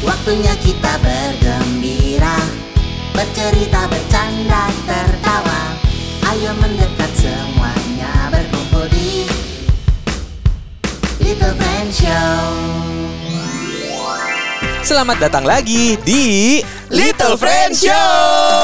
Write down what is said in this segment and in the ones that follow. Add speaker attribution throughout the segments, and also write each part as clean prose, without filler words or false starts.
Speaker 1: Waktunya kita bergembira, bercerita, bercanda, tertawa. Ayo mendekat semuanya, berkumpul di Little Friend Show.
Speaker 2: Selamat datang lagi di Little Friend Show.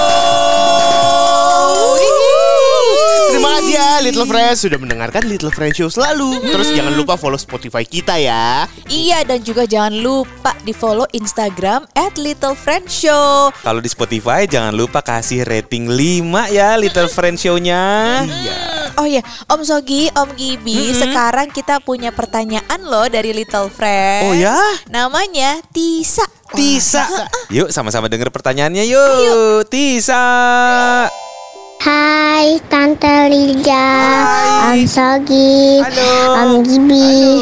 Speaker 3: Terima kasih ya Little Friends sudah mendengarkan Little Friend Show selalu. Terus jangan lupa follow Spotify kita ya.
Speaker 4: Iya, dan juga jangan lupa di follow Instagram @littlefriendshow.
Speaker 2: Kalau di Spotify jangan lupa kasih rating 5 ya Little Friend Show-nya.
Speaker 3: Iya.
Speaker 4: Oh iya, Om Sogi, Om Gibi, sekarang kita punya pertanyaan loh dari Little Friends.
Speaker 2: Oh ya?
Speaker 4: Namanya Tisa.
Speaker 2: Tisa. Yuk sama-sama denger pertanyaannya yuk. Tisa.
Speaker 5: Hai Tante Liza, Om Sogi,
Speaker 2: Halo.
Speaker 5: Om Gibi.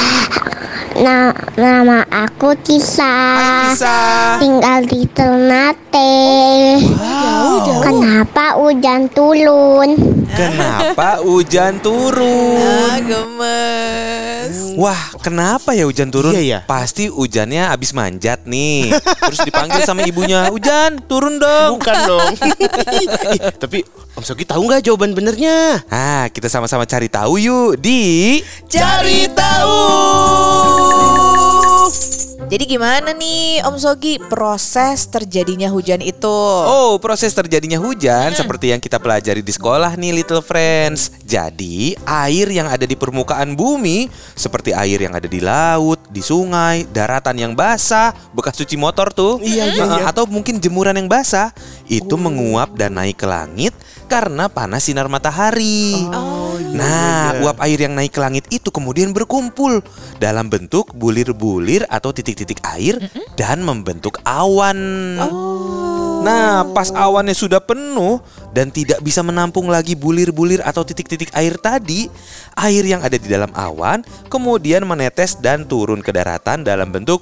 Speaker 5: Nama aku Tisa.
Speaker 2: Hai Tisa.
Speaker 5: Tinggal di Ternate.
Speaker 2: Wow.
Speaker 5: Kenapa hujan turun?
Speaker 2: Kenapa hujan turun?
Speaker 4: Gemes.
Speaker 2: Wah, kenapa ya hujan turun?
Speaker 3: Iya ya.
Speaker 2: Pasti hujannya abis manjat nih. Terus dipanggil sama ibunya, "Hujan, turun dong."
Speaker 3: Bukan dong. Tapi Om Sogi tahu nggak jawaban benernya?
Speaker 2: Ah, kita sama-sama cari tahu yuk di
Speaker 4: Cari tahu. Jadi gimana nih Om Sogi proses terjadinya hujan itu?
Speaker 2: Oh, proses terjadinya hujan seperti yang kita pelajari di sekolah nih Little Friends. Jadi, air yang ada di permukaan bumi seperti air yang ada di laut, di sungai, daratan yang basah, bekas cuci motor tuh.
Speaker 3: Iya.
Speaker 2: Atau mungkin jemuran yang basah, itu menguap dan naik ke langit karena panas sinar matahari. Nah, uap air yang naik ke langit itu kemudian berkumpul dalam bentuk bulir-bulir atau titik-titik air dan membentuk awan. Nah, pas awannya sudah penuh dan tidak bisa menampung lagi bulir-bulir atau titik-titik air tadi, air yang ada di dalam awan kemudian menetes dan turun ke daratan dalam bentuk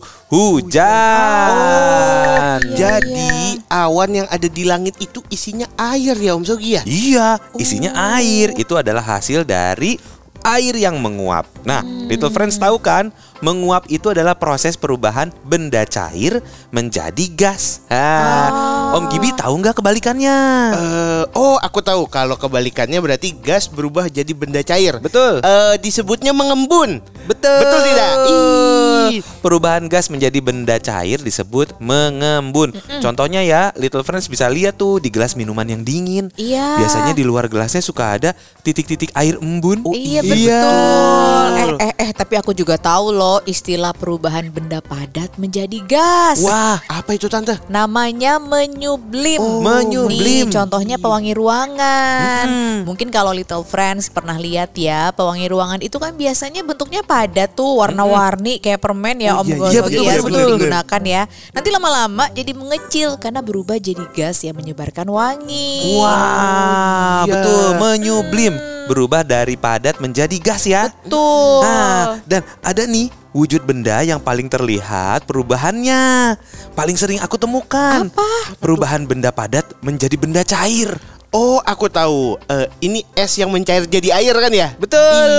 Speaker 2: hujan.
Speaker 3: Jadi awan yang ada di langit itu isinya air ya Om Sogi ya?
Speaker 2: Iya, isinya air. Itu adalah hasil dari air yang menguap. Nah, Little Friends tahu kan, menguap itu adalah proses perubahan benda cair menjadi gas. Om Gibi tahu nggak kebalikannya?
Speaker 3: Aku tahu. Kalau kebalikannya berarti gas berubah jadi benda cair.
Speaker 2: Betul.
Speaker 3: Disebutnya mengembun.
Speaker 2: Betul.
Speaker 3: Betul tidak? Ih.
Speaker 2: Perubahan gas menjadi benda cair disebut mengembun. Contohnya ya, Little Friends bisa lihat tuh di gelas minuman yang dingin.
Speaker 4: Iya.
Speaker 2: Biasanya di luar gelasnya suka ada titik-titik air embun.
Speaker 4: Iya betul. Tapi aku juga tahu loh istilah perubahan benda padat menjadi gas.
Speaker 2: Wah,
Speaker 3: Apa itu Tante?
Speaker 4: Namanya menyublim.
Speaker 2: menyublim.
Speaker 4: Nih, contohnya pewangi ruangan. Mungkin kalau Little Friends pernah lihat ya, pewangi ruangan itu kan biasanya bentuknya padat tuh, warna-warni kayak permen ya Om
Speaker 3: iya,
Speaker 4: Sogi
Speaker 3: betul,
Speaker 4: ya,
Speaker 3: betul,
Speaker 4: sering
Speaker 3: betul.
Speaker 4: digunakan ya. Nanti lama-lama jadi mengecil karena berubah jadi gas yang menyebarkan wangi.
Speaker 2: Wah,
Speaker 3: iya.
Speaker 2: betul, menyublim, berubah dari padat menjadi gas ya.
Speaker 4: Tuh.
Speaker 2: Nah, dan ada nih wujud benda yang paling terlihat perubahannya. Paling sering aku temukan.
Speaker 4: Apa?
Speaker 2: Perubahan benda padat menjadi benda cair.
Speaker 3: Oh, aku tahu. Ini es yang mencair jadi air kan ya?
Speaker 2: Betul,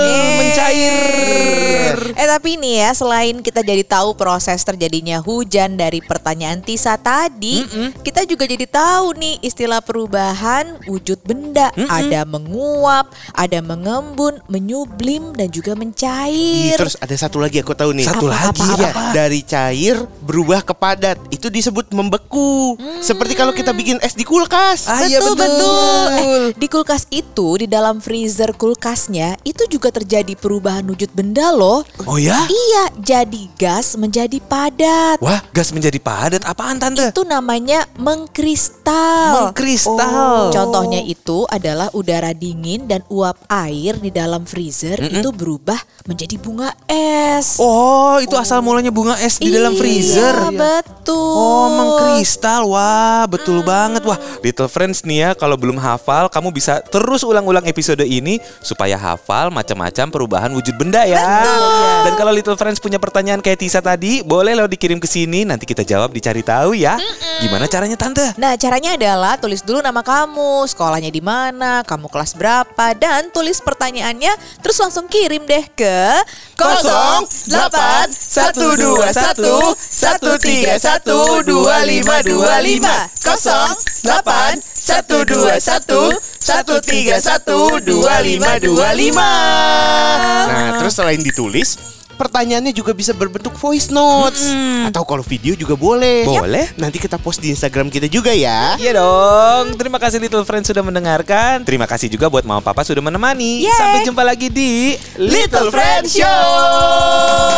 Speaker 2: mencair.
Speaker 4: Tapi nih ya, selain kita jadi tahu proses terjadinya hujan dari pertanyaan Tisa tadi, kita juga jadi tahu nih istilah perubahan wujud benda. Ada menguap, ada mengembun, menyublim, dan juga mencair.
Speaker 3: Terus ada satu lagi aku tahu nih.
Speaker 2: Satu lagi?
Speaker 3: Iya, dari cair berubah ke padat. Itu disebut membeku. Seperti kalau kita bikin es di kulkas.
Speaker 2: Ah, iya,
Speaker 4: Betul. Di kulkas itu, di dalam freezer kulkasnya, itu juga terjadi perubahan wujud benda loh.
Speaker 2: Oh ya?
Speaker 4: Iya, jadi gas menjadi padat.
Speaker 2: Wah, gas menjadi padat. Apaan Tante?
Speaker 4: Itu namanya mengkristal.
Speaker 2: Mengkristal.
Speaker 4: Contohnya itu adalah udara dingin dan uap air di dalam freezer itu berubah menjadi bunga es.
Speaker 2: Oh, itu asal mulanya bunga es di dalam freezer.
Speaker 4: Iya, betul.
Speaker 2: Oh, mengkristal. Wah, betul banget. Wah, Little Friends nih ya, kalau belum belum hafal, kamu bisa terus ulang-ulang episode ini supaya hafal macam-macam perubahan wujud benda ya. Dan kalau Little Friends punya pertanyaan kayak Tisa tadi, boleh lo dikirim ke sini, nanti kita jawab di Cari Tahu ya. Gimana caranya Tante?
Speaker 4: Nah, caranya adalah tulis dulu nama kamu, sekolahnya di mana, kamu kelas berapa, dan tulis pertanyaannya, terus langsung kirim deh ke
Speaker 1: 08121131255.
Speaker 3: Nah, terus selain ditulis, pertanyaannya juga bisa berbentuk voice notes. Atau kalau video juga boleh.
Speaker 2: Boleh.
Speaker 3: Nanti kita post di Instagram kita juga ya.
Speaker 2: Iya dong. Terima kasih Little Friends sudah mendengarkan. Terima kasih juga buat Mama Papa sudah menemani.
Speaker 4: Yeay.
Speaker 2: Sampai jumpa lagi di
Speaker 3: Little Friends Show.